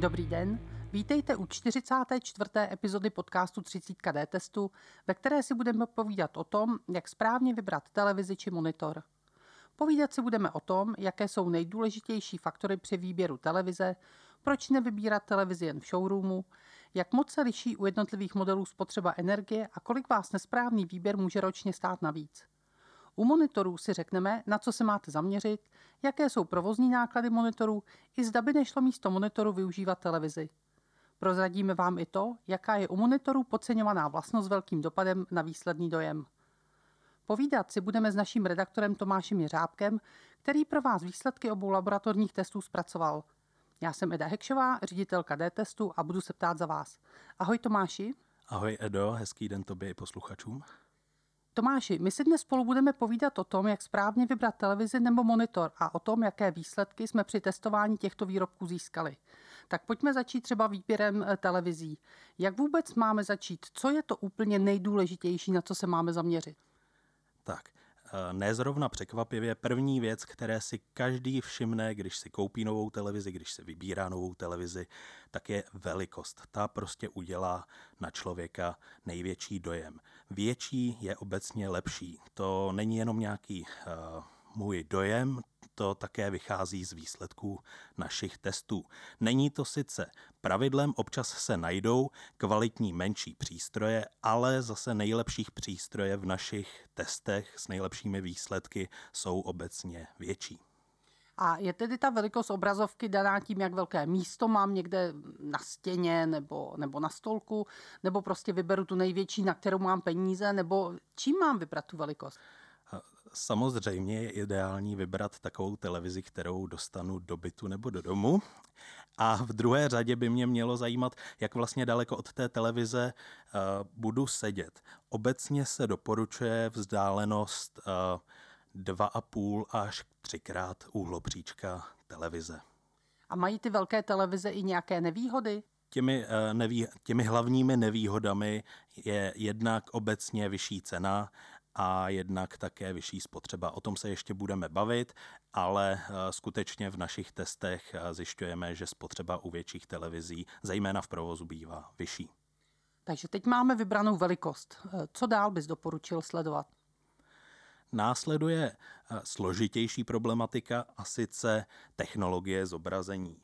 Dobrý den, vítejte u 44. epizody podcastu 30D testu, ve které si budeme povídat o tom, jak správně vybrat televizi či monitor. Povídat si budeme o tom, jaké jsou nejdůležitější faktory při výběru televize, proč nevybírat televizi jen v showroomu, jak moc se liší u jednotlivých modelů spotřeba energie a kolik vás nesprávný výběr může ročně stát navíc. U monitorů si řekneme, na co se máte zaměřit, jaké jsou provozní náklady monitorů i zda by nešlo místo monitoru využívat televizi. Prozradíme vám i to, jaká je u monitorů podceňovaná vlastnost s velkým dopadem na výsledný dojem. Povídat si budeme s naším redaktorem Tomášem Jeřábkem, který pro vás výsledky obou laboratorních testů zpracoval. Já jsem Eda Hekšová, ředitelka D-testu a budu se ptát za vás. Ahoj Tomáši. Ahoj Edo, hezký den tobě i posluchačům. Tomáši, my si dnes spolu budeme povídat o tom, jak správně vybrat televizi nebo monitor a o tom, jaké výsledky jsme při testování těchto výrobků získali. Tak pojďme začít třeba výběrem televizí. Jak vůbec máme začít? Co je to úplně nejdůležitější, na co se máme zaměřit? Tak, nezrovna překvapivě první věc, které si každý všimne, když si koupí novou televizi, když se vybírá novou televizi, tak je velikost. Ta prostě udělá na člověka největší dojem. Větší je obecně lepší. To není jenom nějaký můj dojem, to také vychází z výsledků našich testů. Není to sice pravidlem, občas se najdou kvalitní menší přístroje, ale zase nejlepších přístroje v našich testech s nejlepšími výsledky jsou obecně větší. A je tedy ta velikost obrazovky daná tím, jak velké místo mám někde na stěně nebo na stolku, nebo prostě vyberu tu největší, na kterou mám peníze, nebo čím mám vybrat tu velikost? Samozřejmě je ideální vybrat takovou televizi, kterou dostanu do bytu nebo do domu. A v druhé řadě by mě mělo zajímat, jak vlastně daleko od té televize budu sedět. Obecně se doporučuje vzdálenost 2,5 až 3x úhlopříčka televize. A mají ty velké televize i nějaké nevýhody? Těmi hlavními nevýhodami je jednak obecně vyšší cena a jednak také vyšší spotřeba. O tom se ještě budeme bavit, ale skutečně v našich testech zjišťujeme, že spotřeba u větších televizí, zejména v provozu, bývá vyšší. Takže teď máme vybranou velikost. Co dál bys doporučil sledovat? Následuje složitější problematika a sice technologie zobrazení.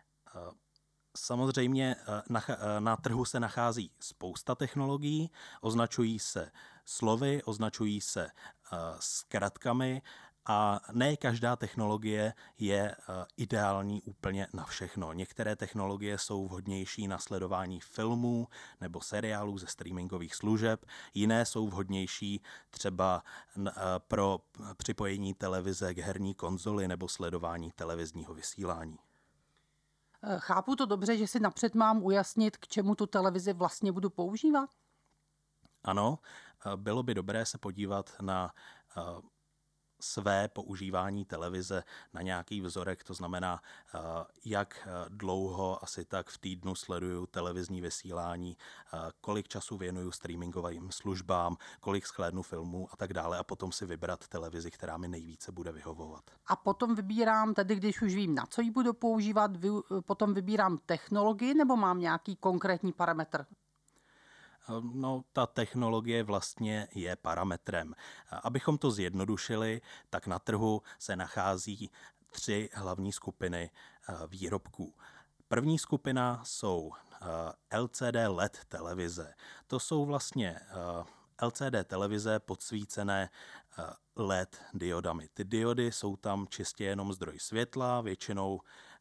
Samozřejmě na trhu se nachází spousta technologií, označují se slovy, označují se zkratkami a ne každá technologie je ideální úplně na všechno. Některé technologie jsou vhodnější na sledování filmů nebo seriálů ze streamingových služeb, jiné jsou vhodnější třeba pro připojení televize k herní konzoli nebo sledování televizního vysílání. Chápu to dobře, že si napřed mám ujasnit, k čemu tu televizi vlastně budu používat? Ano, bylo by dobré se podívat na své používání televize na nějaký vzorek, to znamená, jak dlouho asi tak v týdnu sleduju televizní vysílání, kolik času věnuju streamingovým službám, kolik shlédnu filmů a tak dále a potom si vybrat televizi, která mi nejvíce bude vyhovovat. A potom vybírám, tedy když už vím, na co ji budu používat, potom vybírám technologii nebo mám nějaký konkrétní parametr? No, ta technologie vlastně je parametrem. Abychom to zjednodušili, tak na trhu se nachází 3 hlavní skupiny výrobků. První skupina jsou LCD LED televize. To jsou vlastně LCD televize podsvícené LED diodami. Ty diody jsou tam čistě jenom zdroj světla, většinou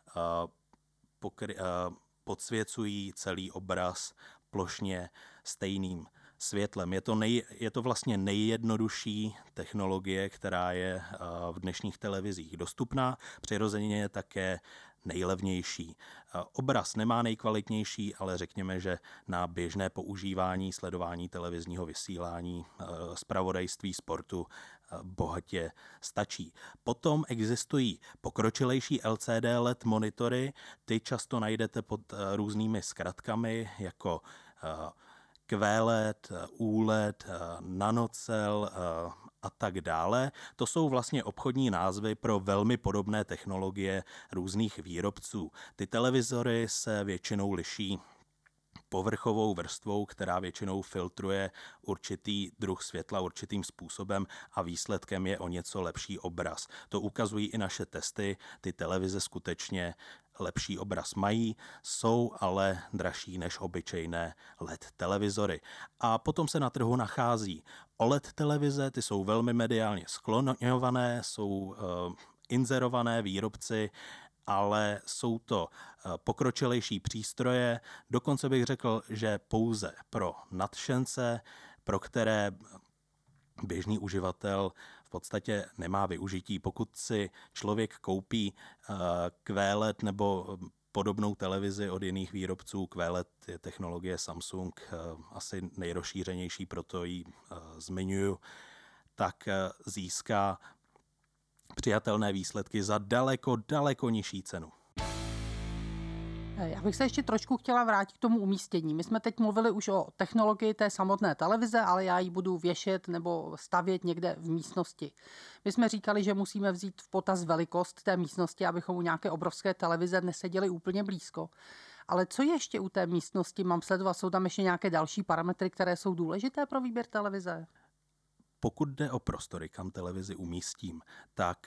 podsvěcují celý obraz plošně stejným světlem. Je to vlastně nejjednodušší technologie, která je v dnešních televizích dostupná, přirozeně je také nejlevnější. Obraz nemá nejkvalitnější, ale řekněme, že na běžné používání, sledování televizního vysílání, zpravodajství, sportu bohatě stačí. Potom existují pokročilejší LCD LED monitory, ty často najdete pod různými zkratkami jako QLED, ULED, NanoCell a tak dále. To jsou vlastně obchodní názvy pro velmi podobné technologie různých výrobců. Ty televizory se většinou liší povrchovou vrstvou, která většinou filtruje určitý druh světla určitým způsobem a výsledkem je o něco lepší obraz. To ukazují i naše testy. Ty televize skutečně lepší obraz mají, jsou ale dražší než obyčejné LED televizory. A potom se na trhu nachází OLED televize, ty jsou velmi mediálně skloňované, jsou inzerované výrobci, ale jsou to pokročilejší přístroje, dokonce bych řekl, že pouze pro nadšence, pro které běžný uživatel v podstatě nemá využití. Pokud si člověk koupí QLED nebo podobnou televizi od jiných výrobců, QLED je technologie Samsung, asi nejrozšířenější, proto ji zmiňuji, tak získá přijatelné výsledky za daleko nižší cenu. Já bych se ještě trošku chtěla vrátit k tomu umístění. My jsme teď mluvili už o technologii té samotné televize, ale já ji budu věšet nebo stavět někde v místnosti. My jsme říkali, že musíme vzít v potaz velikost té místnosti, abychom u nějaké obrovské televize neseděli úplně blízko. Ale co ještě u té místnosti mám sledovat? Jsou tam ještě nějaké další parametry, které jsou důležité pro výběr televize? Pokud jde o prostory, kam televizi umístím, tak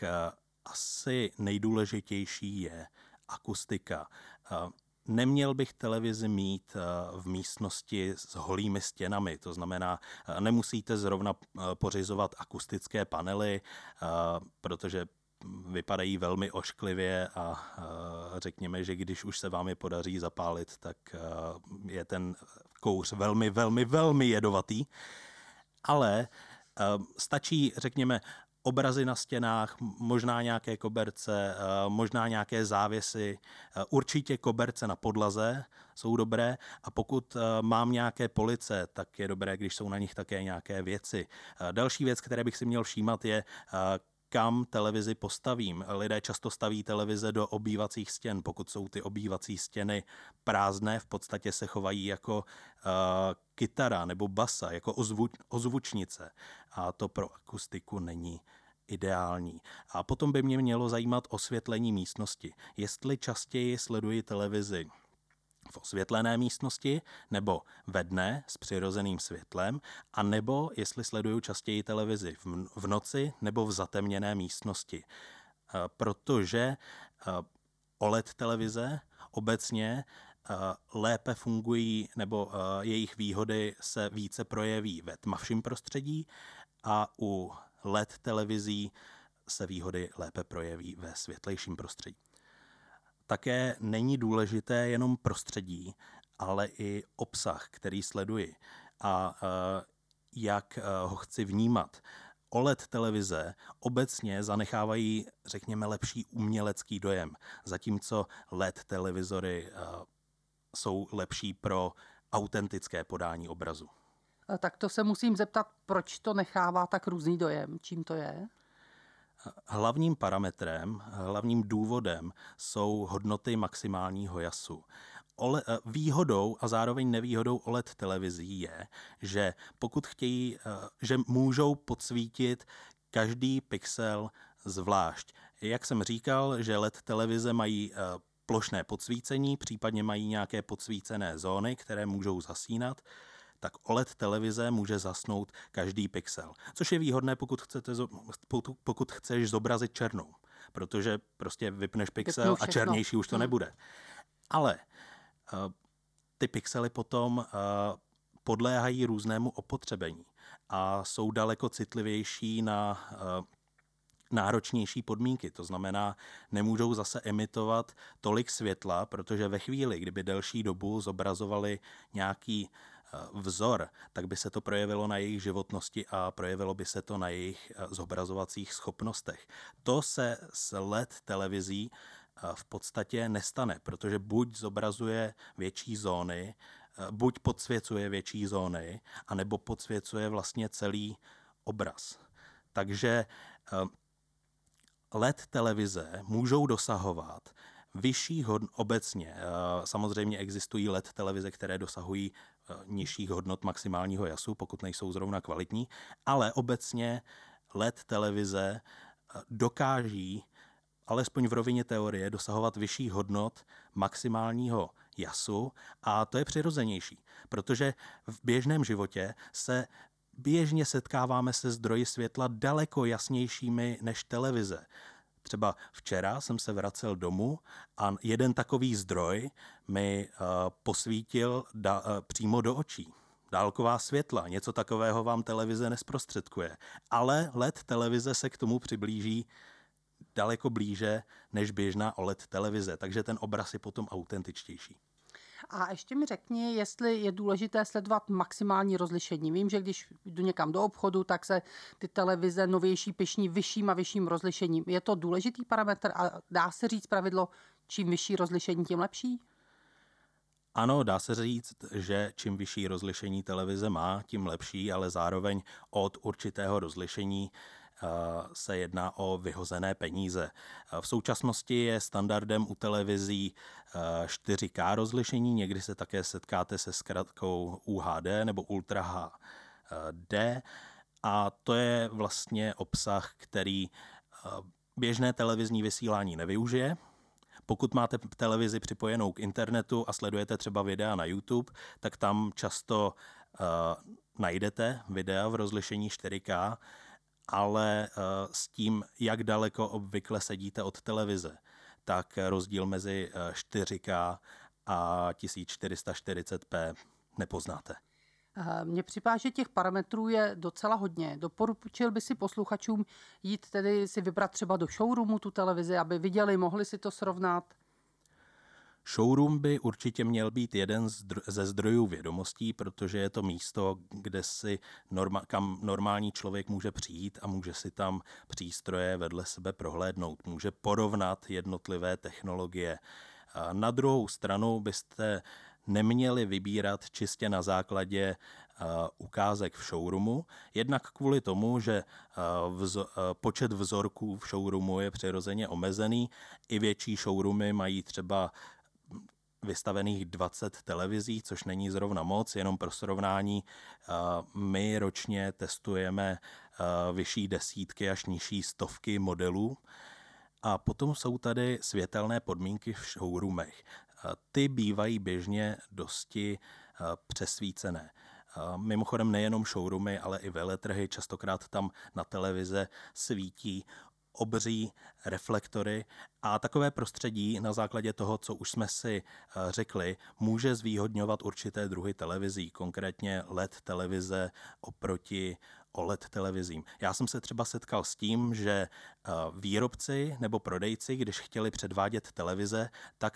asi nejdůležitější je akustika. Neměl bych televizi mít v místnosti s holými stěnami, to znamená, nemusíte zrovna pořizovat akustické panely, protože vypadají velmi ošklivě a řekněme, že když už se vám je podaří zapálit, tak je ten kouř velmi jedovatý. Ale stačí, řekněme, obrazy na stěnách, možná nějaké koberce, možná nějaké závěsy, určitě koberce na podlaze jsou dobré a pokud mám nějaké police, tak je dobré, když jsou na nich také nějaké věci. Další věc, které bych si měl všímat, je, kam televizi postavím. Lidé často staví televize do obývacích stěn. Pokud jsou ty obývací stěny prázdné, v podstatě se chovají jako kytara nebo basa, jako ozvučnice. A to pro akustiku není ideální. A potom by mě mělo zajímat osvětlení místnosti. Jestli častěji sleduji televizi v osvětlené místnosti, nebo ve dne s přirozeným světlem, a nebo jestli sleduju častěji televizi v noci nebo v zatemněné místnosti. Protože OLED televize obecně lépe fungují, nebo jejich výhody se více projeví ve tmavším prostředí a u LED televizí se výhody lépe projeví ve světlejším prostředí. Také není důležité jenom prostředí, ale i obsah, který sleduji a jak ho chci vnímat. OLED televize obecně zanechávají, řekněme, lepší umělecký dojem, zatímco LED televizory jsou lepší pro autentické podání obrazu. Tak to se musím zeptat, proč to nechává tak různý dojem? Čím to je? Hlavním parametrem, hlavním důvodem jsou hodnoty maximálního jasu. Výhodou a zároveň nevýhodou OLED televizí je, že pokud chtějí, že můžou podsvítit každý pixel zvlášť. Jak jsem říkal, že LED televize mají plošné podsvícení, případně mají nějaké podsvícené zóny, které můžou zasínat, tak OLED televize může zasnout každý pixel. Což je výhodné, pokud chceš zobrazit černou, protože prostě vypneš pixel a černější už to nebude. Ale ty pixely potom podléhají různému opotřebení a jsou daleko citlivější na náročnější podmínky. To znamená, nemůžou zase emitovat tolik světla, protože ve chvíli, kdyby delší dobu zobrazovali nějaký vzor, tak by se to projevilo na jejich životnosti a projevilo by se to na jejich zobrazovacích schopnostech. To se s LED televizí v podstatě nestane, protože buď zobrazuje větší zóny, buď podsvěcuje větší zóny, anebo podsvěcuje vlastně celý obraz. Takže LED televize můžou dosahovat vyšší hodnot obecně. Samozřejmě existují LED televize, které dosahují nižších hodnot maximálního jasu, pokud nejsou zrovna kvalitní, ale obecně LED televize dokáží alespoň v rovině teorie dosahovat vyšších hodnot maximálního jasu a to je přirozenější, protože v běžném životě se běžně setkáváme se zdroji světla daleko jasnějšími než televize. Třeba včera jsem se vracel domů a jeden takový zdroj mi posvítil přímo do očí. Dálková světla, něco takového vám televize nesprostředkuje. Ale LED televize se k tomu přiblíží daleko blíže než běžná OLED televize, takže ten obraz je potom autentičtější. A ještě mi řekni, jestli je důležité sledovat maximální rozlišení. Vím, že když jdu někam do obchodu, tak se ty televize novější pišní vyšším a vyšším rozlišením. Je to důležitý parametr a dá se říct pravidlo, čím vyšší rozlišení, tím lepší? Ano, dá se říct, že čím vyšší rozlišení televize má, tím lepší, ale zároveň od určitého rozlišení se jedná o vyhozené peníze. V současnosti je standardem u televizí 4K rozlišení, někdy se také setkáte se zkratkou UHD nebo Ultra HD a to je vlastně obsah, který běžné televizní vysílání nevyužije. Pokud máte televizi připojenou k internetu a sledujete třeba videa na YouTube, tak tam často najdete videa v rozlišení 4K, ale s tím, jak daleko obvykle sedíte od televize, tak rozdíl mezi 4K a 1440p nepoznáte. Mně připadá, že těch parametrů je docela hodně. Doporučil by si posluchačům jít tedy si vybrat třeba do showroomu tu televizi, aby viděli, mohli si to srovnat? Showroom by určitě měl být jeden ze zdrojů vědomostí, protože je to místo, kde si kam normální člověk může přijít a může si tam přístroje vedle sebe prohlédnout. Může porovnat jednotlivé technologie. Na druhou stranu byste neměli vybírat čistě na základě ukázek v showroomu, jednak kvůli tomu, že počet vzorků v showroomu je přirozeně omezený. I větší showroomy mají třeba vystavených 20 televizí, což není zrovna moc, jenom pro srovnání. My ročně testujeme vyšší desítky až nižší stovky modelů. A potom jsou tady světelné podmínky v showroomech. Ty bývají běžně dosti přesvícené. Mimochodem nejenom showroomy, ale i veletrhy, častokrát tam na televize svítí obří reflektory a takové prostředí na základě toho, co už jsme si řekli, může zvýhodňovat určité druhy televizí, konkrétně LED televize oproti OLED televizím. Já jsem se třeba setkal s tím, že výrobci nebo prodejci, když chtěli předvádět televize,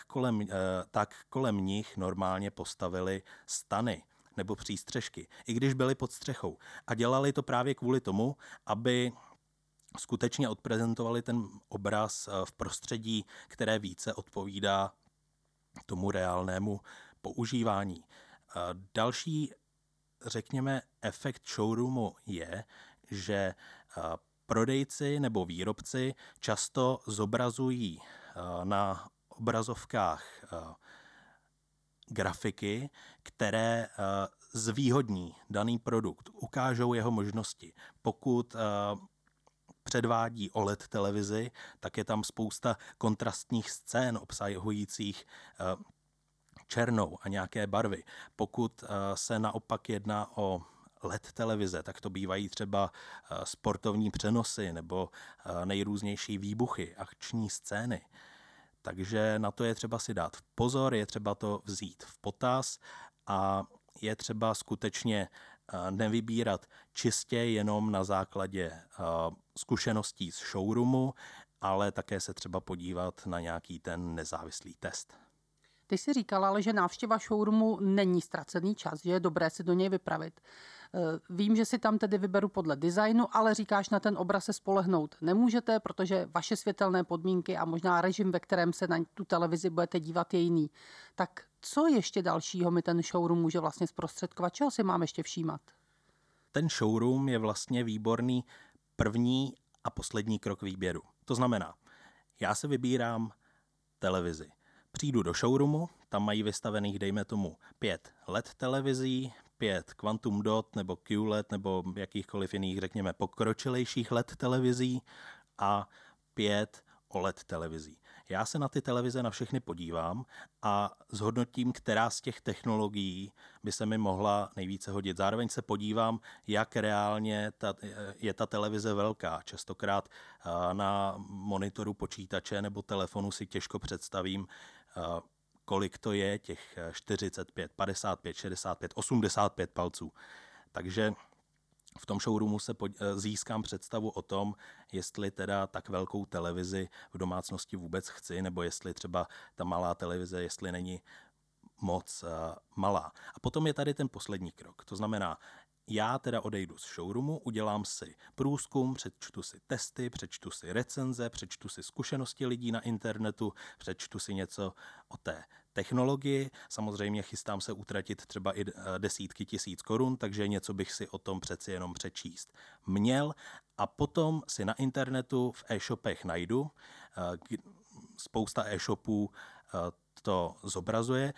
tak kolem nich normálně postavili stany nebo přístřešky, i když byli pod střechou. A dělali to právě kvůli tomu, aby skutečně odprezentovali ten obraz v prostředí, které více odpovídá tomu reálnému používání. Další, řekněme, efekt showroomu je, že prodejci nebo výrobci často zobrazují na obrazovkách grafiky, které zvýhodní daný produkt, ukážou jeho možnosti. Pokud předvádí OLED televizi, tak je tam spousta kontrastních scén obsahujících černou a nějaké barvy. Pokud se naopak jedná o LED televize, tak to bývají třeba sportovní přenosy nebo nejrůznější výbuchy, akční scény. Takže na to je třeba si dát pozor, je třeba to vzít v potaz a je třeba skutečně nevybírat čistě jenom na základě zkušeností z showroomu, ale také se třeba podívat na nějaký ten nezávislý test. Ty jsi říkala, ale že návštěva showroomu není ztracený čas, že je dobré si do něj vypravit. Vím, že si tam tedy vyberu podle designu, ale říkáš, na ten obraz se spolehnout nemůžete, protože vaše světelné podmínky a možná režim, ve kterém se na tu televizi budete dívat, je jiný. Tak co ještě dalšího mi ten showroom může vlastně zprostředkovat? Čeho si mám ještě všímat? Ten showroom je vlastně výborný první a poslední krok výběru. To znamená, já si vybírám televizi. Přijdu do showroomu, tam mají vystavených, dejme tomu, 5 LED televizí, 5 Quantum Dot nebo QLED nebo jakýchkoliv jiných, řekněme, pokročilejších LED televizí a 5 OLED televizí. Já se na ty televize na všechny podívám a zhodnotím, která z těch technologií by se mi mohla nejvíce hodit. Zároveň se podívám, jak reálně je ta televize velká. Častokrát na monitoru počítače nebo telefonu si těžko představím, kolik to je těch 45, 55, 65, 85 palců. Takže v tom showroomu se získám představu o tom, jestli teda tak velkou televizi v domácnosti vůbec chci, nebo jestli třeba ta malá televize, jestli není moc malá. A potom je tady ten poslední krok. To znamená, já teda odejdu z showroomu, udělám si průzkum, přečtu si testy, přečtu si recenze, přečtu si zkušenosti lidí na internetu, přečtu si něco o té technologii. Samozřejmě chystám se utratit třeba i desítky tisíc korun, takže něco bych si o tom přeci jenom přečíst měl. A potom si na internetu v e-shopech najdu, spousta e-shopů to zobrazuje,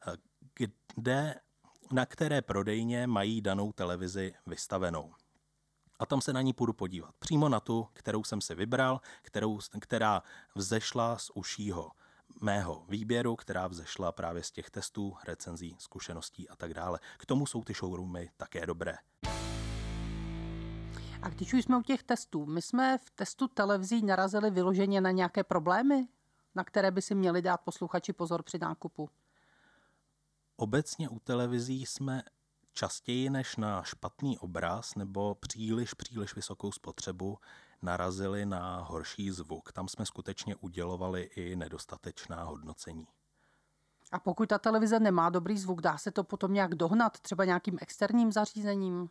na které prodejně mají danou televizi vystavenou. A tam se na ní půjdu podívat. Přímo na tu, kterou jsem si vybral, která vzešla z užšího mého výběru, která vzešla právě z těch testů, recenzí, zkušeností a tak dále. K tomu jsou ty showroomy také dobré. A když už jsme u těch testů, my jsme v testu televizí narazili vyloženě na nějaké problémy, na které by si měli dát posluchači pozor při nákupu? Obecně u televizí jsme častěji než na špatný obraz nebo příliš vysokou spotřebu narazili na horší zvuk. Tam jsme skutečně udělovali i nedostatečná hodnocení. A pokud ta televize nemá dobrý zvuk, dá se to potom nějak dohnat, třeba nějakým externím zařízením?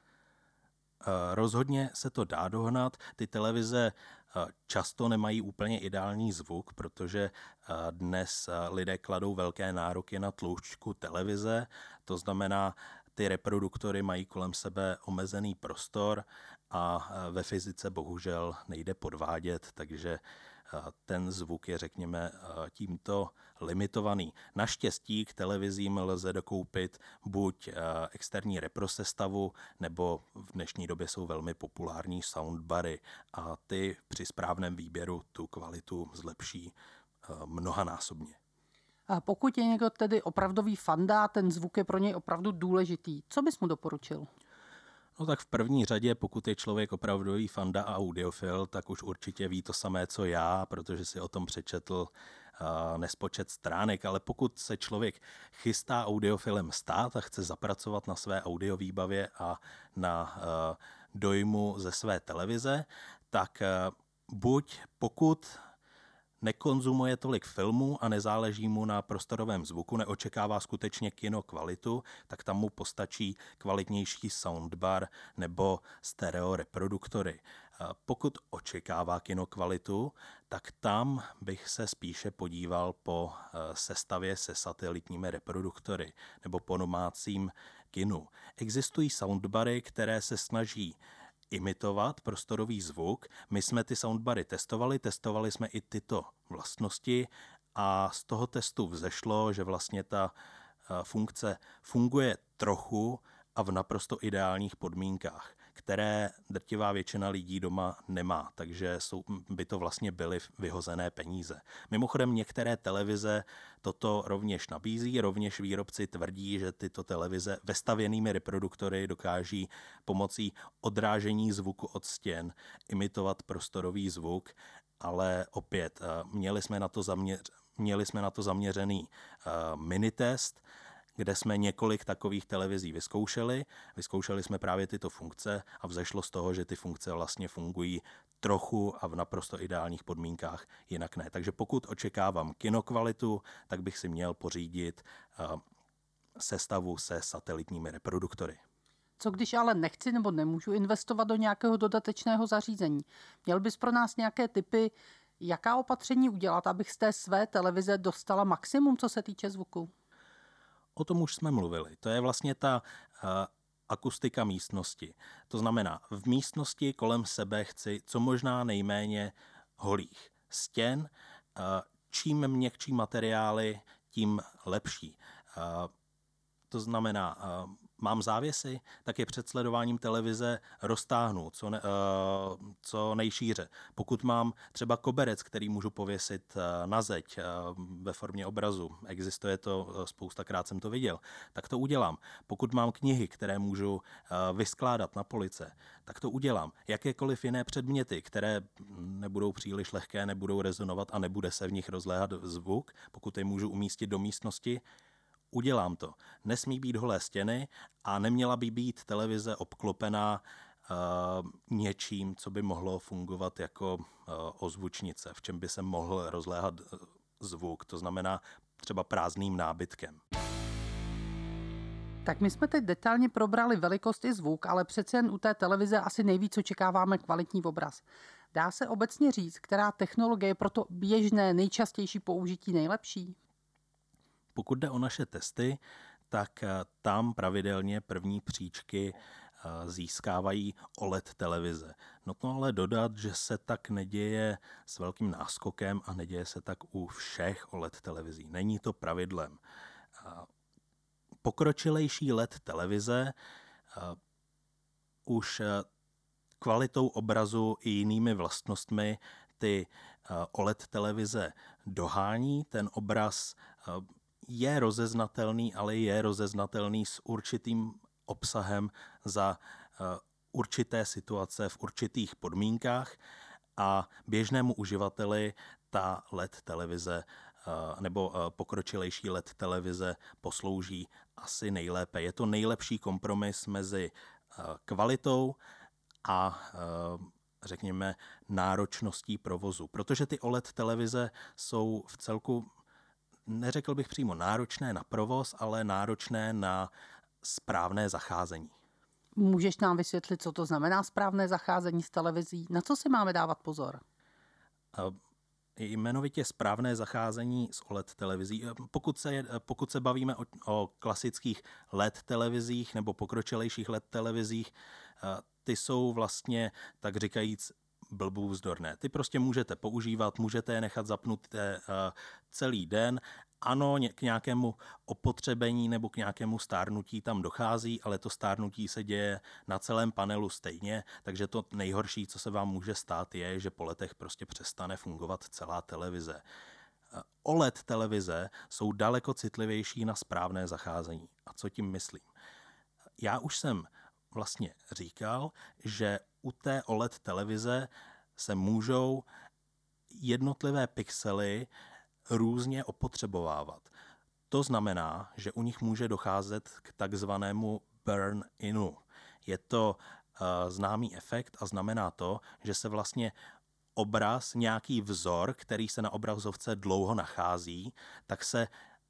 Rozhodně se to dá dohnat. Ty televize často nemají úplně ideální zvuk, protože dnes lidé kladou velké nároky na tloušťku televize. To znamená, ty reproduktory mají kolem sebe omezený prostor a ve fyzice bohužel nejde podvádět, takže ten zvuk je, řekněme, tímto limitovaný. Naštěstí k televizím lze dokoupit buď externí reprosestavu, nebo v dnešní době jsou velmi populární soundbary a ty při správném výběru tu kvalitu zlepší mnohanásobně. A pokud je někdo tedy opravdový fanda, ten zvuk je pro něj opravdu důležitý. Co bys mu doporučil? No tak v první řadě, pokud je člověk opravdový fanda a audiofil, tak už určitě ví to samé, co já, protože si o tom přečetl nespočet stránek, ale pokud se člověk chystá audiofilem stát a chce zapracovat na své audiovýbavě a na dojmu ze své televize, tak buď pokud nekonzumuje tolik filmů a nezáleží mu na prostorovém zvuku, neočekává skutečně kino kvalitu, tak tam mu postačí kvalitnější soundbar nebo stereo reproduktory. Pokud očekává kino kvalitu, tak tam bych se spíše podíval po sestavě se satelitními reproduktory nebo po domácím kinu. Existují soundbary, které se snaží imitovat prostorový zvuk. My jsme ty soundbary testovali jsme i tyto vlastnosti a z toho testu vzešlo, že vlastně ta funkce funguje trochu a v naprosto ideálních podmínkách, které drtivá většina lidí doma nemá, takže by to vlastně byly vyhozené peníze. Mimochodem některé televize toto rovněž nabízí, rovněž výrobci tvrdí, že tyto televize vestavěnými reproduktory dokáží pomocí odrážení zvuku od stěn imitovat prostorový zvuk, ale opět měli jsme na to zaměřený minitest, kde jsme několik takových televizí vyzkoušeli. Vyzkoušeli jsme právě tyto funkce a vzešlo z toho, že ty funkce vlastně fungují trochu a v naprosto ideálních podmínkách, jinak ne. Takže pokud očekávám kinokvalitu, tak bych si měl pořídit sestavu se satelitními reproduktory. Co když ale nechci nebo nemůžu investovat do nějakého dodatečného zařízení? Měl bys pro nás nějaké tipy, jaká opatření udělat, abych z té své televize dostala maximum, co se týče zvuku? O tom už jsme mluvili. To je vlastně ta akustika místnosti. To znamená, v místnosti kolem sebe chci co možná nejméně holých stěn. Čím měkčí materiály, tím lepší. To znamená Mám závěsy, tak je před sledováním televize roztáhnu co nejšíře. Pokud mám třeba koberec, který můžu pověsit na zeď ve formě obrazu, existuje to, spoustakrát jsem to viděl, tak to udělám. Pokud mám knihy, které můžu vyskládat na police, tak to udělám. Jakékoliv jiné předměty, které nebudou příliš lehké, nebudou rezonovat a nebude se v nich rozléhat zvuk, pokud je můžu umístit do místnosti, udělám to. Nesmí být holé stěny a neměla by být televize obklopená něčím, co by mohlo fungovat jako ozvučnice, v čem by se mohl rozléhat zvuk, to znamená třeba prázdným nábytkem. Tak my jsme teď detailně probrali velikost i zvuk, ale přece jen u té televize asi nejvíc očekáváme kvalitní obraz. Dá se obecně říct, která technologie je pro to běžné, nejčastější použití nejlepší? Pokud jde o naše testy, tak tam pravidelně první příčky získávají OLED televize. Nutno ale dodat, že se tak neděje s velkým náskokem a neděje se tak u všech OLED televizí. Není to pravidlem. Pokročilejší LED televize už kvalitou obrazu i jinými vlastnostmi ty OLED televize dohání. Ten obraz je rozeznatelný, ale je rozeznatelný s určitým obsahem za určité situace v určitých podmínkách a běžnému uživateli ta LED televize nebo pokročilejší LED televize poslouží asi nejlépe. Je to nejlepší kompromis mezi kvalitou a řekněme náročností provozu, protože ty OLED televize jsou v celku, neřekl bych přímo náročné na provoz, ale náročné na správné zacházení. Můžeš nám vysvětlit, co to znamená správné zacházení s televizí? Na co si máme dávat pozor? Jmenovitě správné zacházení s OLED televizí. Pokud se bavíme o klasických LED televizích nebo pokročilejších LED televizích, ty jsou vlastně, tak říkajíc, blbůvzdorné. Ty prostě můžete používat, můžete je nechat zapnuté celý den. Ano, k nějakému opotřebení nebo k nějakému stárnutí tam dochází, ale to stárnutí se děje na celém panelu stejně, takže to nejhorší, co se vám může stát, je, že po letech prostě přestane fungovat celá televize. OLED televize jsou daleko citlivější na správné zacházení. A co tím myslím? Já už jsem vlastně říkal, že u té OLED televize se můžou jednotlivé pixely různě opotřebovávat. To znamená, že u nich může docházet k takzvanému burn-inu. Je to známý efekt a znamená to, že se vlastně obraz, nějaký vzor, který se na obrazovce dlouho nachází, tak se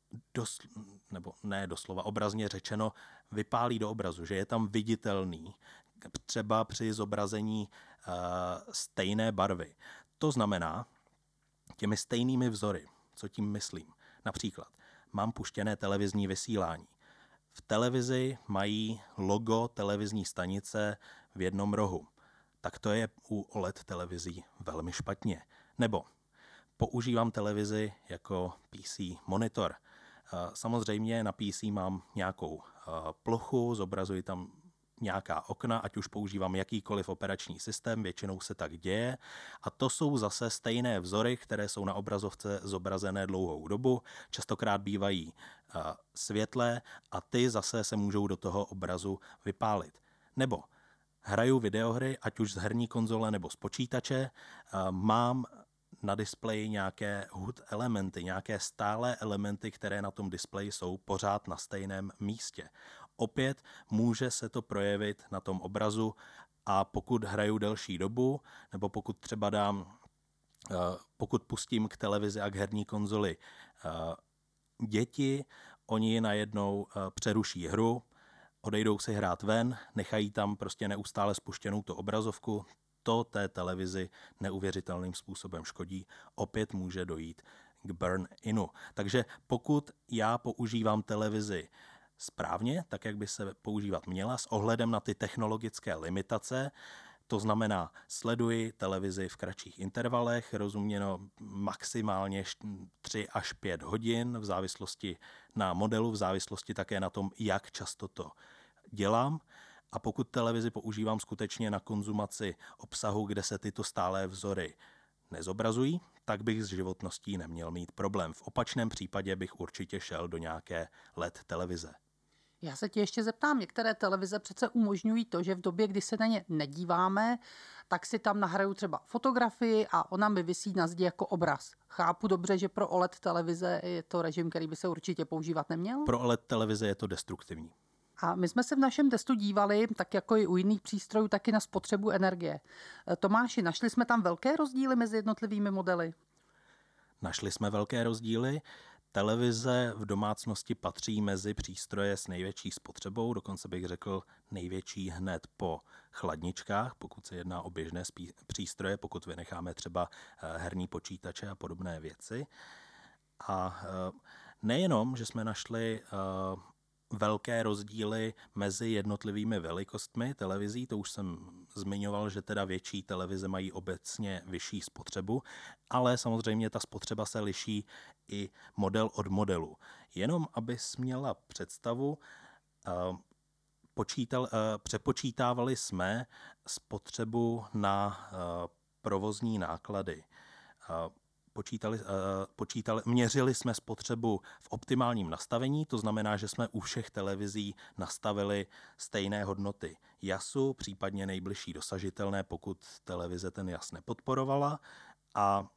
obrazně řečeno, vypálí do obrazu, že je tam viditelný, třeba při zobrazení stejné barvy. To znamená, těmi stejnými vzory, co tím myslím. Například mám puštěné televizní vysílání. V televizi mají logo televizní stanice v jednom rohu. Tak to je u OLED televizí velmi špatně. Nebo používám televizi jako PC monitor. Samozřejmě na PC mám nějakou plochu, zobrazuji tam nějaká okna, ať už používám jakýkoliv operační systém, většinou se tak děje. A to jsou zase stejné vzory, které jsou na obrazovce zobrazené dlouhou dobu, častokrát bývají světlé a ty zase se můžou do toho obrazu vypálit. Nebo hraju videohry, ať už z herní konzole nebo z počítače, mám na displeji nějaké HUD elementy, nějaké stálé elementy, které na tom displeji jsou pořád na stejném místě. Opět může se to projevit na tom obrazu a pokud hraju delší dobu, nebo pokud třeba pokud pustím k televizi a k herní konzoli děti, oni najednou přeruší hru, odejdou si hrát ven, nechají tam prostě neustále spuštěnou tu obrazovku, to té televizi neuvěřitelným způsobem škodí, opět může dojít k burn-inu. Takže pokud já používám televizi správně, tak jak by se používat měla, s ohledem na ty technologické limitace, to znamená, sleduji televizi v kratších intervalech, rozuměno maximálně 3 až 5 hodin, v závislosti na modelu, v závislosti také na tom, jak často to dělám, a pokud televizi používám skutečně na konzumaci obsahu, kde se tyto stálé vzory nezobrazují, tak bych s životností neměl mít problém. V opačném případě bych určitě šel do nějaké LED televize. Já se tě ještě zeptám, některé televize přece umožňují to, že v době, kdy se na ně nedíváme, tak si tam nahraju třeba fotografii a ona mi visí na zdi jako obraz. Chápu dobře, že pro OLED televize je to režim, který by se určitě používat neměl? Pro OLED televize je to destruktivní. A my jsme se v našem testu dívali, tak jako i u jiných přístrojů, taky na spotřebu energie. Tomáši, našli jsme tam velké rozdíly mezi jednotlivými modely? Našli jsme velké rozdíly. Televize v domácnosti patří mezi přístroje s největší spotřebou, dokonce bych řekl největší hned po chladničkách, pokud se jedná o běžné přístroje, pokud vynecháme třeba herní počítače a podobné věci. A nejenom, že jsme našli velké rozdíly mezi jednotlivými velikostmi televizí, to už jsem zmiňoval, že teda větší televize mají obecně vyšší spotřebu, ale samozřejmě ta spotřeba se liší i model od modelu. Jenom abys měla představu, přepočítávali jsme spotřebu na provozní náklady. Měřili jsme spotřebu v optimálním nastavení, to znamená, že jsme u všech televizí nastavili stejné hodnoty jasu, případně nejbližší dosažitelné, pokud televize ten jas nepodporovala. A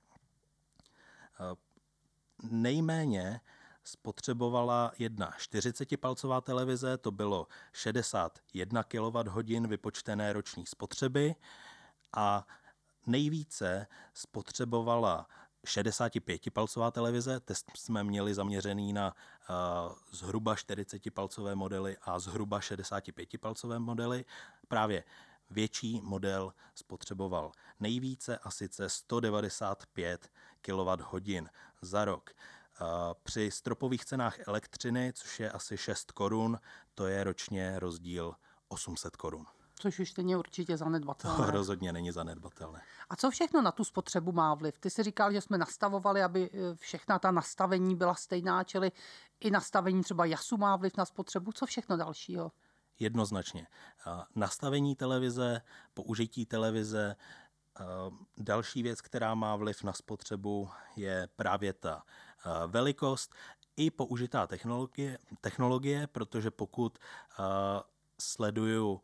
nejméně spotřebovala jedna 40-palcová televize, to bylo 61 kWh vypočtené roční spotřeby, a nejvíce spotřebovala 65-palcová televize, test jsme měli zaměřený na zhruba 40-palcové modely a zhruba 65-palcové modely. Právě větší model spotřeboval nejvíce, a sice 195 kWh za rok. Při stropových cenách elektřiny, což je asi 6 korun, to je ročně rozdíl 800 korun. Což už není určitě zanedbatelné. To rozhodně není zanedbatelné. A co všechno na tu spotřebu má vliv? Ty jsi říkal, že jsme nastavovali, aby všechna ta nastavení byla stejná, čili i nastavení třeba jasu má vliv na spotřebu. Co všechno dalšího? Jednoznačně. Nastavení televize, použití televize. Další věc, která má vliv na spotřebu, je právě ta velikost i použitá technologie, protože pokud sleduju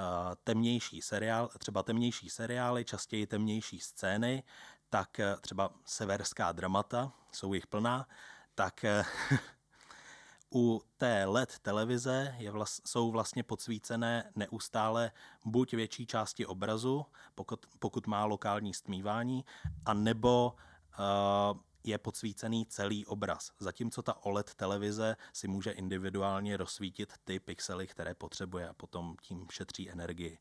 temnější seriály, častěji temnější scény, tak třeba severská dramata, jsou jich plná, tak u té LED televize jsou vlastně podsvícené neustále buď větší části obrazu, pokud má lokální stmívání, anebo je podsvícený celý obraz. Zatímco ta OLED televize si může individuálně rozsvítit ty pixely, které potřebuje, a potom tím šetří energii.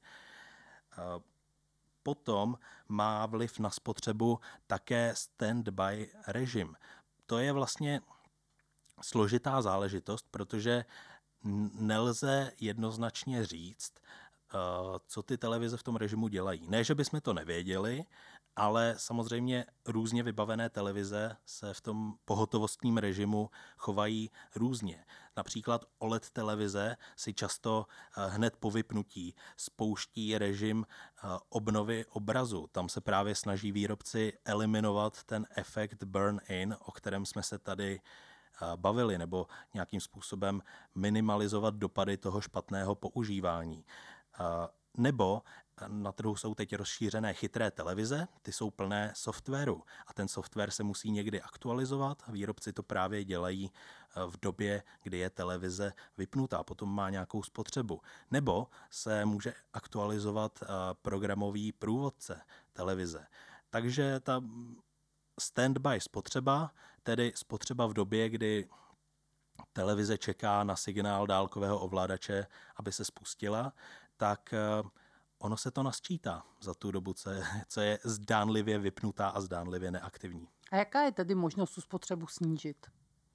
Potom má vliv na spotřebu také standby režim. To je vlastně složitá záležitost, protože nelze jednoznačně říct, co ty televize v tom režimu dělají. Ne, že bychom to nevěděli, ale samozřejmě různě vybavené televize se v tom pohotovostním režimu chovají různě. Například OLED televize si často hned po vypnutí spouští režim obnovy obrazu. Tam se právě snaží výrobci eliminovat ten efekt burn-in, o kterém jsme se tady bavili, nebo nějakým způsobem minimalizovat dopady toho špatného používání. Nebo na trhu jsou teď rozšířené chytré televize, ty jsou plné softwaru a ten software se musí někdy aktualizovat. Výrobci to právě dělají v době, kdy je televize vypnutá, potom má nějakou spotřebu. Nebo se může aktualizovat programový průvodce televize. Takže ta standby spotřeba, tedy spotřeba v době, kdy televize čeká na signál dálkového ovladače, aby se spustila, tak ono se to nasčítá za tu dobu, co je zdánlivě vypnutá a zdánlivě neaktivní. A jaká je tedy možnost tu spotřebu snížit?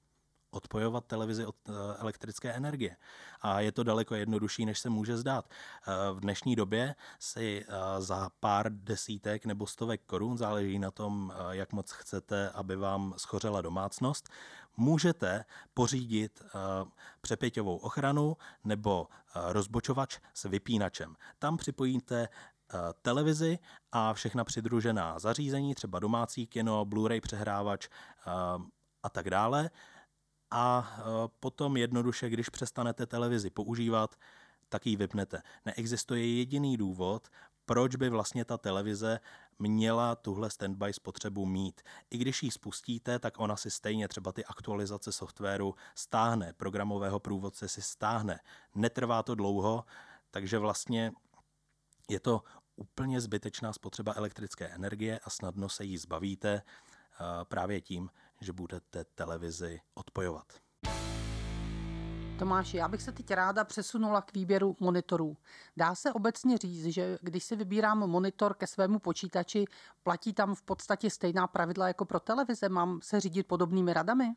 odpojovat televizi od elektrické energie. A je to daleko jednodušší, než se může zdát. V dnešní době si za pár desítek nebo stovek korun, záleží na tom, jak moc chcete, aby vám schořela domácnost, můžete pořídit přepěťovou ochranu nebo rozbočovač s vypínačem. Tam připojíte televizi a všechna přidružená zařízení, třeba domácí kino, Blu-ray přehrávač a tak dále. A potom jednoduše, když přestanete televizi používat, tak ji vypnete. Neexistuje jediný důvod, proč by vlastně ta televize měla tuhle standby spotřebu mít. I když ji spustíte, tak ona si stejně třeba ty aktualizace softwaru stáhne, programového průvodce si stáhne. Netrvá to dlouho, takže vlastně je to úplně zbytečná spotřeba elektrické energie a snadno se jí zbavíte právě tím, že budete televizi odpojovat. Tomáši, já bych se teď ráda přesunula k výběru monitorů. Dá se obecně říct, že když si vybírám monitor ke svému počítači, platí tam v podstatě stejná pravidla jako pro televize? Mám se řídit podobnými radami?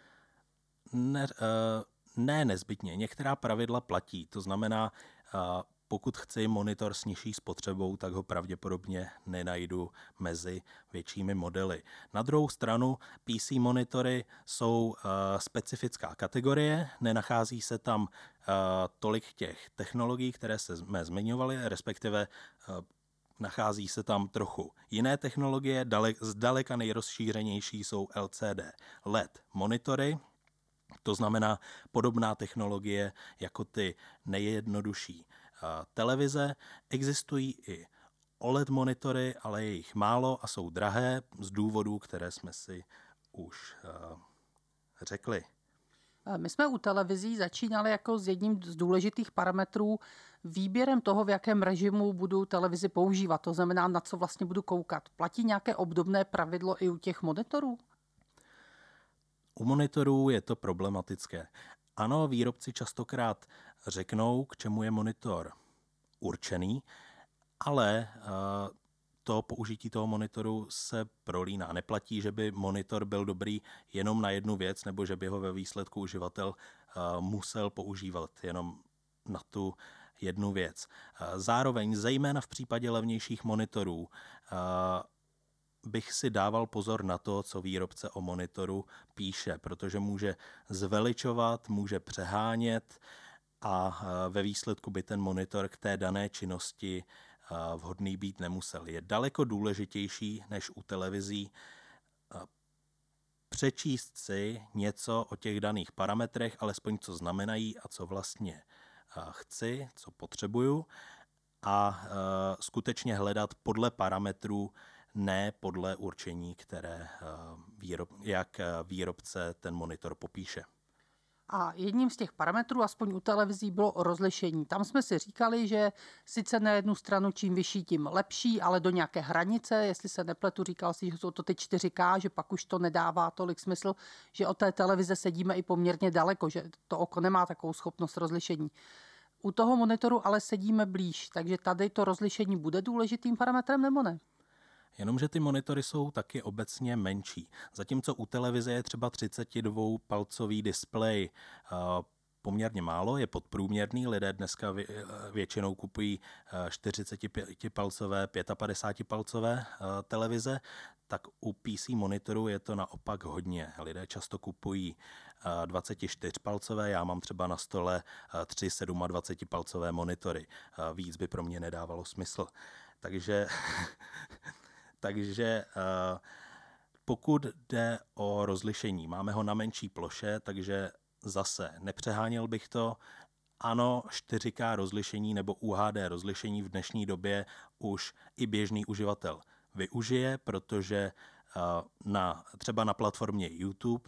Ne nezbytně. Některá pravidla platí. To znamená, pokud chci monitor s nižší spotřebou, tak ho pravděpodobně nenajdu mezi většími modely. Na druhou stranu PC monitory jsou specifická kategorie, nenachází se tam tolik těch technologií, které jsme zmiňovali, respektive nachází se tam trochu jiné technologie, zdaleka nejrozšířenější jsou LCD LED monitory, to znamená podobná technologie jako ty nejjednodušší televize. Existují i OLED monitory, ale je jich málo a jsou drahé z důvodů, které jsme si už řekli. My jsme u televizí začínali jako s jedním z důležitých parametrů výběrem toho, v jakém režimu budu televizi používat. To znamená, na co vlastně budu koukat. Platí nějaké obdobné pravidlo i u těch monitorů? U monitorů je to problematické. Ano, výrobci častokrát řeknou, k čemu je monitor určený, ale to použití toho monitoru se prolíná. Neplatí, že by monitor byl dobrý jenom na jednu věc, nebo že by ho ve výsledku uživatel musel používat jenom na tu jednu věc. Zároveň, zejména v případě levnějších monitorů, bych si dával pozor na to, co výrobce o monitoru píše, protože může zveličovat, může přehánět a ve výsledku by ten monitor k té dané činnosti vhodný být nemusel. Je daleko důležitější než u televizí přečíst si něco o těch daných parametrech, alespoň co znamenají a co vlastně chci, co potřebuju a skutečně hledat podle parametrů, ne podle určení, které jak výrobce ten monitor popíše. A jedním z těch parametrů, aspoň u televizí, bylo rozlišení. Tam jsme si říkali, že sice na jednu stranu čím vyšší, tím lepší, ale do nějaké hranice, jestli se nepletu, říkal si, že jsou to ty 4K, že pak už to nedává tolik smysl, že od té televize sedíme i poměrně daleko, že to oko nemá takovou schopnost rozlišení. U toho monitoru ale sedíme blíž, takže tady to rozlišení bude důležitým parametrem nebo ne? Jenomže ty monitory jsou taky obecně menší. Zatímco u televize je třeba 32-palcový displej poměrně málo, je podprůměrný. Lidé dneska většinou kupují 45-palcové, 55-palcové televize, tak u PC monitoru je to naopak hodně. Lidé často kupují 24-palcové, já mám třeba na stole 3 27-palcové monitory. Víc by pro mě nedávalo smysl. Takže pokud jde o rozlišení, máme ho na menší ploše, takže zase nepřeháněl bych to. Ano, 4K rozlišení nebo UHD rozlišení v dnešní době už i běžný uživatel využije, protože třeba na platformě YouTube,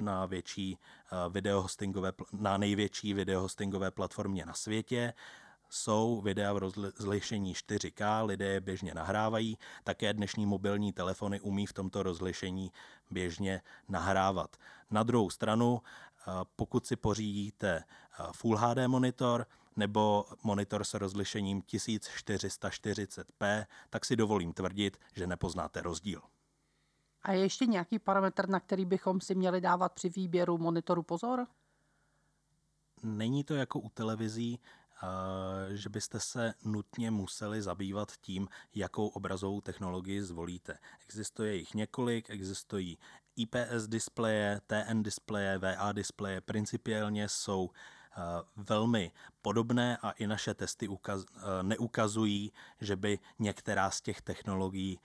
na největší videohostingové platformě na světě, jsou videa v rozlišení 4K, lidé je běžně nahrávají, také dnešní mobilní telefony umí v tomto rozlišení běžně nahrávat. Na druhou stranu, pokud si pořídíte Full HD monitor nebo monitor s rozlišením 1440p, tak si dovolím tvrdit, že nepoznáte rozdíl. A je ještě nějaký parametr, na který bychom si měli dávat při výběru monitoru pozor? Není to jako u televizí, že byste se nutně museli zabývat tím, jakou obrazovou technologii zvolíte. Existuje jich několik, existují IPS displeje, TN displeje, VA displeje, principiálně jsou velmi podobné a i naše testy neukazují, že by některá z těch technologií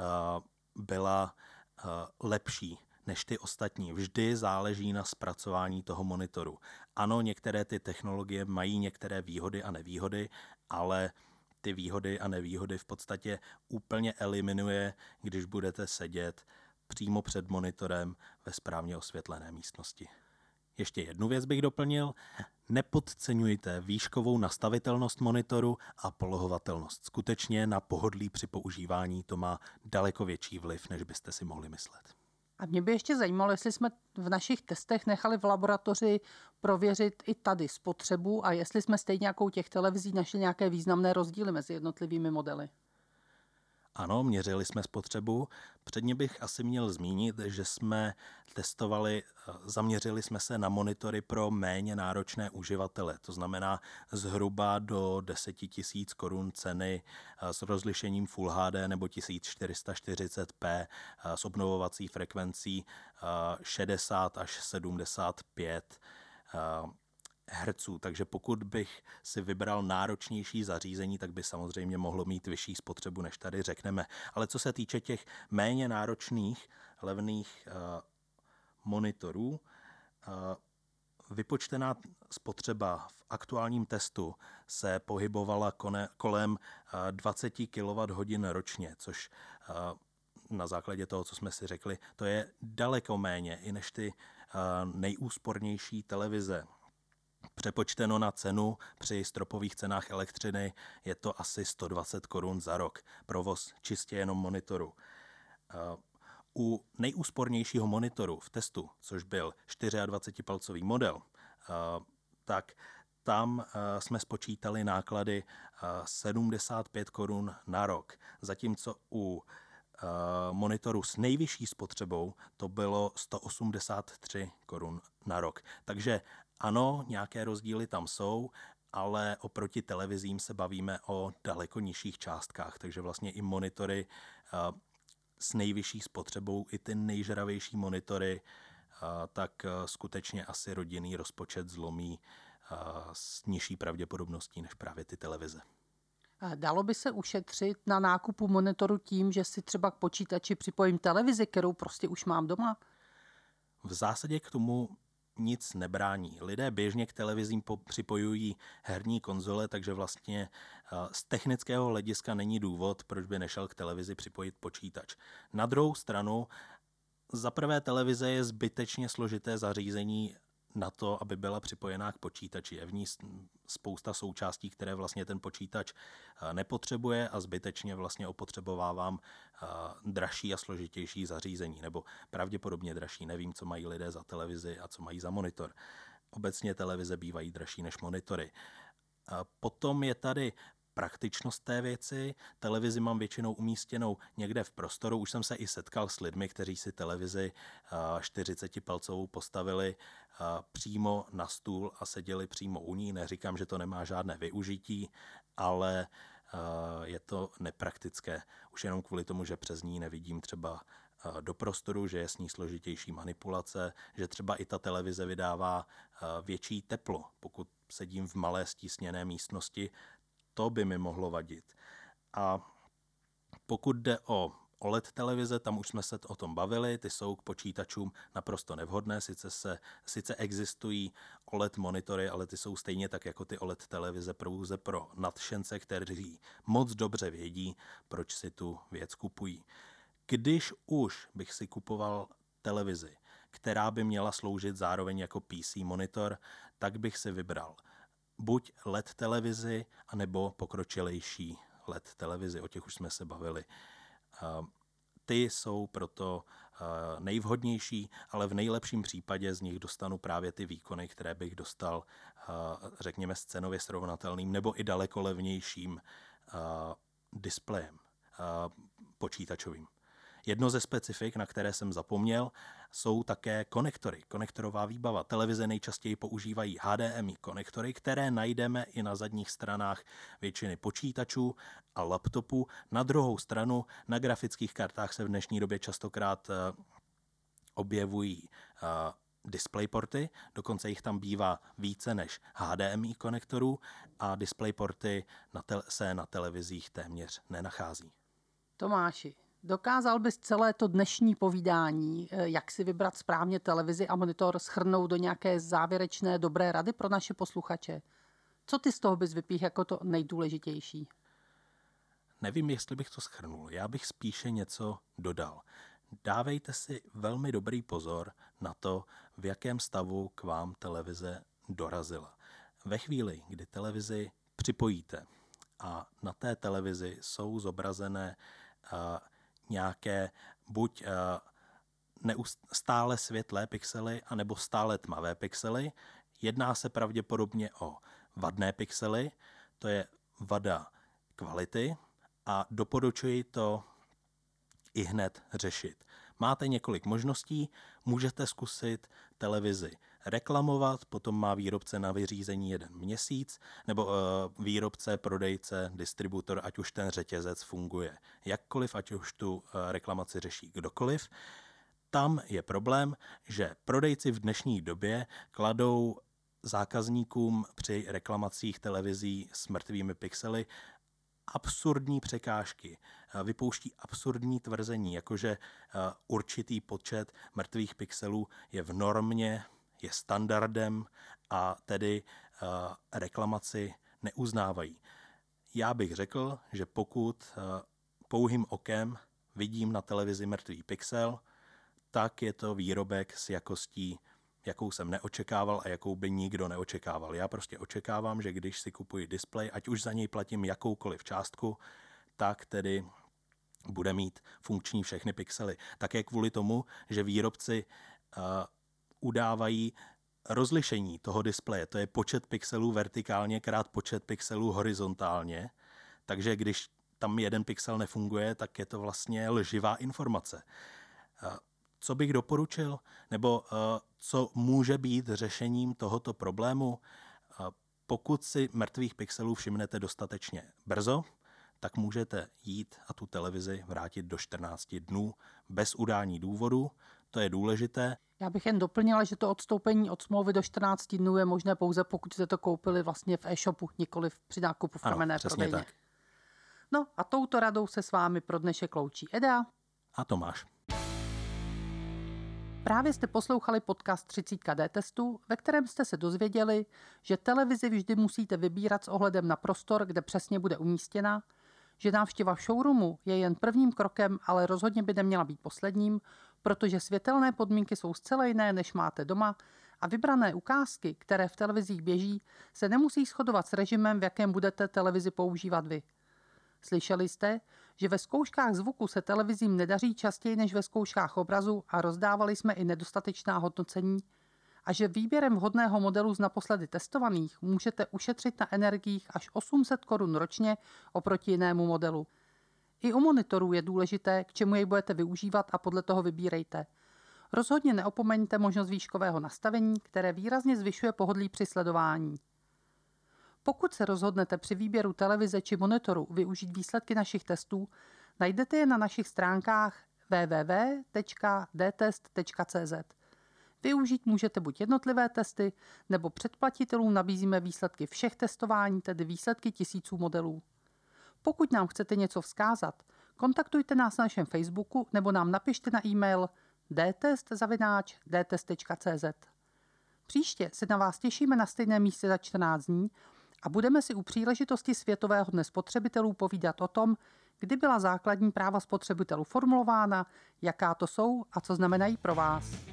byla lepší než ty ostatní. Vždy záleží na zpracování toho monitoru. Ano, některé ty technologie mají některé výhody a nevýhody, ale ty výhody a nevýhody v podstatě úplně eliminuje, když budete sedět přímo před monitorem ve správně osvětlené místnosti. Ještě jednu věc bych doplnil. Nepodceňujte výškovou nastavitelnost monitoru a polohovatelnost. Skutečně na pohodlí při používání to má daleko větší vliv, než byste si mohli myslet. A mě by ještě zajímalo, jestli jsme v našich testech nechali v laboratoři prověřit i tady spotřebu a jestli jsme stejně jako u těch televizí našli nějaké významné rozdíly mezi jednotlivými modely. Ano, měřili jsme spotřebu. Předně bych asi měl zmínit, že jsme testovali, zaměřili jsme se na monitory pro méně náročné uživatele. To znamená zhruba do 10 000 korun ceny s rozlišením Full HD nebo 1440p s obnovovací frekvencí 60 až 75 herců, takže pokud bych si vybral náročnější zařízení, tak by samozřejmě mohlo mít vyšší spotřebu, než tady řekneme. Ale co se týče těch méně náročných, levných monitorů, vypočtená spotřeba v aktuálním testu se pohybovala kolem 20 kWh ročně, což na základě toho, co jsme si řekli, to je daleko méně i než ty nejúspornější televize. Přepočteno na cenu při stropových cenách elektřiny je to asi 120 korun za rok. Provoz čistě jenom monitoru. U nejúspornějšího monitoru v testu, což byl 24-palcový model, tak tam jsme spočítali náklady 75 korun na rok, zatímco u monitoru s nejvyšší spotřebou to bylo 183 korun na rok. Takže ano, nějaké rozdíly tam jsou, ale oproti televizím se bavíme o daleko nižších částkách, takže vlastně i monitory s nejvyšší spotřebou, i ty nejžravější monitory, tak skutečně asi rodinný rozpočet zlomí s nižší pravděpodobností než právě ty televize. Dalo by se ušetřit na nákupu monitoru tím, že si třeba k počítači připojím televizi, kterou prostě už mám doma? V zásadě k tomu nic nebrání. Lidé běžně k televizím připojují herní konzole, takže vlastně z technického hlediska není důvod, proč by nešel k televizi připojit počítač. Na druhou stranu, za prvé televize je zbytečně složité zařízení na to, aby byla připojená k počítači. Je v ní spousta součástí, které vlastně ten počítač nepotřebuje a zbytečně vlastně opotřebovávám dražší a složitější zařízení, nebo pravděpodobně dražší. Nevím, co mají lidé za televizi a co mají za monitor. Obecně televize bývají dražší než monitory. Potom je tady praktičnost té věci. Televizi mám většinou umístěnou někde v prostoru. Už jsem se i setkal s lidmi, kteří si televizi 40-palcovou postavili přímo na stůl a seděli přímo u ní. Neříkám, že to nemá žádné využití, ale je to nepraktické. Už jenom kvůli tomu, že přes ní nevidím třeba do prostoru, že je s ní složitější manipulace, že třeba i ta televize vydává větší teplo. Pokud sedím v malé stísněné místnosti, to by mi mohlo vadit. A pokud jde o OLED televize, tam už jsme se o tom bavili, ty jsou k počítačům naprosto nevhodné, sice existují OLED monitory, ale ty jsou stejně tak jako ty OLED televize pouze pro nadšence, kteří moc dobře vědí, proč si tu věc kupují. Když už bych si kupoval televizi, která by měla sloužit zároveň jako PC monitor, tak bych si vybral buď LED televizi, anebo pokročilejší LED televizi, o těch už jsme se bavili. Ty jsou proto nejvhodnější, ale v nejlepším případě z nich dostanu právě ty výkony, které bych dostal, řekněme, s cenově srovnatelným nebo i daleko levnějším displejem počítačovým. Jedno ze specifik, na které jsem zapomněl, jsou také konektory, konektorová výbava. Televize nejčastěji používají HDMI konektory, které najdeme i na zadních stranách většiny počítačů a laptopů. Na druhou stranu na grafických kartách se v dnešní době častokrát objevují DisplayPorty, dokonce jich tam bývá více než HDMI konektorů a DisplayPorty se na televizích téměř nenachází. Tomáši, dokázal bys celé to dnešní povídání, jak si vybrat správně televizi a monitor, shrnout do nějaké závěrečné dobré rady pro naše posluchače? Co ty z toho bys vypíhl jako to nejdůležitější? Nevím, jestli bych to shrnul. Já bych spíše něco dodal. Dávejte si velmi dobrý pozor na to, v jakém stavu k vám televize dorazila. Ve chvíli, kdy televizi připojíte a na té televizi jsou zobrazené nějaké buď stále světlé pixely, anebo stále tmavé pixely, jedná se pravděpodobně o vadné pixely, to je vada kvality a doporučuji to i hned řešit. Máte několik možností, můžete zkusit televizi reklamovat, potom má výrobce na vyřízení 1 měsíc, nebo výrobce, prodejce, distributor, ať už ten řetězec funguje jakkoliv, ať už tu reklamaci řeší kdokoliv. Tam je problém, že prodejci v dnešní době kladou zákazníkům při reklamacích televizí s mrtvými pixely absurdní překážky, vypouští absurdní tvrzení, jakože určitý počet mrtvých pixelů je v normě, je standardem a tedy reklamaci neuznávají. Já bych řekl, že pokud pouhým okem vidím na televizi mrtvý pixel, tak je to výrobek s jakostí, jakou jsem neočekával a jakou by nikdo neočekával. Já prostě očekávám, že když si kupuji displej, ať už za něj platím jakoukoliv částku, tak tedy bude mít funkční všechny pixely. Také kvůli tomu, že výrobci udávají rozlišení toho displeje. To je počet pixelů vertikálně krát počet pixelů horizontálně. Takže když tam jeden pixel nefunguje, tak je to vlastně lživá informace. Co bych doporučil, nebo co může být řešením tohoto problému? Pokud si mrtvých pixelů všimnete dostatečně brzo, tak můžete jít a tu televizi vrátit do 14 dnů bez udání důvodu. To je důležité. Já bych jen doplnila, že to odstoupení od smlouvy do 14 dnů je možné pouze, pokud jste to koupili vlastně v e-shopu, nikoli při nákupu v kamenné prodejně. Tak. No a touto radou se s vámi pro dnešek loučí Eda a Tomáš. Právě jste poslouchali podcast 30D testu, ve kterém jste se dozvěděli, že televizi vždy musíte vybírat s ohledem na prostor, kde přesně bude umístěna, že návštěva showroomu je jen prvním krokem, ale rozhodně by neměla být posledním, protože světelné podmínky jsou zcela jiné, než máte doma a vybrané ukázky, které v televizích běží, se nemusí shodovat s režimem, v jakém budete televizi používat vy. Slyšeli jste, že ve zkouškách zvuku se televizím nedaří častěji než ve zkouškách obrazu a rozdávali jsme i nedostatečná hodnocení a že výběrem vhodného modelu z naposledy testovaných můžete ušetřit na energiích až 800 Kč ročně oproti jinému modelu. I u monitorů je důležité, k čemu jej budete využívat a podle toho vybírejte. Rozhodně neopomeňte možnost výškového nastavení, které výrazně zvyšuje pohodlí při sledování. Pokud se rozhodnete při výběru televize či monitoru využít výsledky našich testů, najdete je na našich stránkách www.dtest.cz. Využít můžete buď jednotlivé testy, nebo předplatitelům nabízíme výsledky všech testování, tedy výsledky tisíců modelů. Pokud nám chcete něco vzkázat, kontaktujte nás na našem Facebooku nebo nám napište na e-mail dtest@dtest.cz. Příště se na vás těšíme na stejném místě za 14 dní a budeme si u příležitosti Světového dne spotřebitelů povídat o tom, kdy byla základní práva spotřebitelů formulována, jaká to jsou a co znamenají pro vás.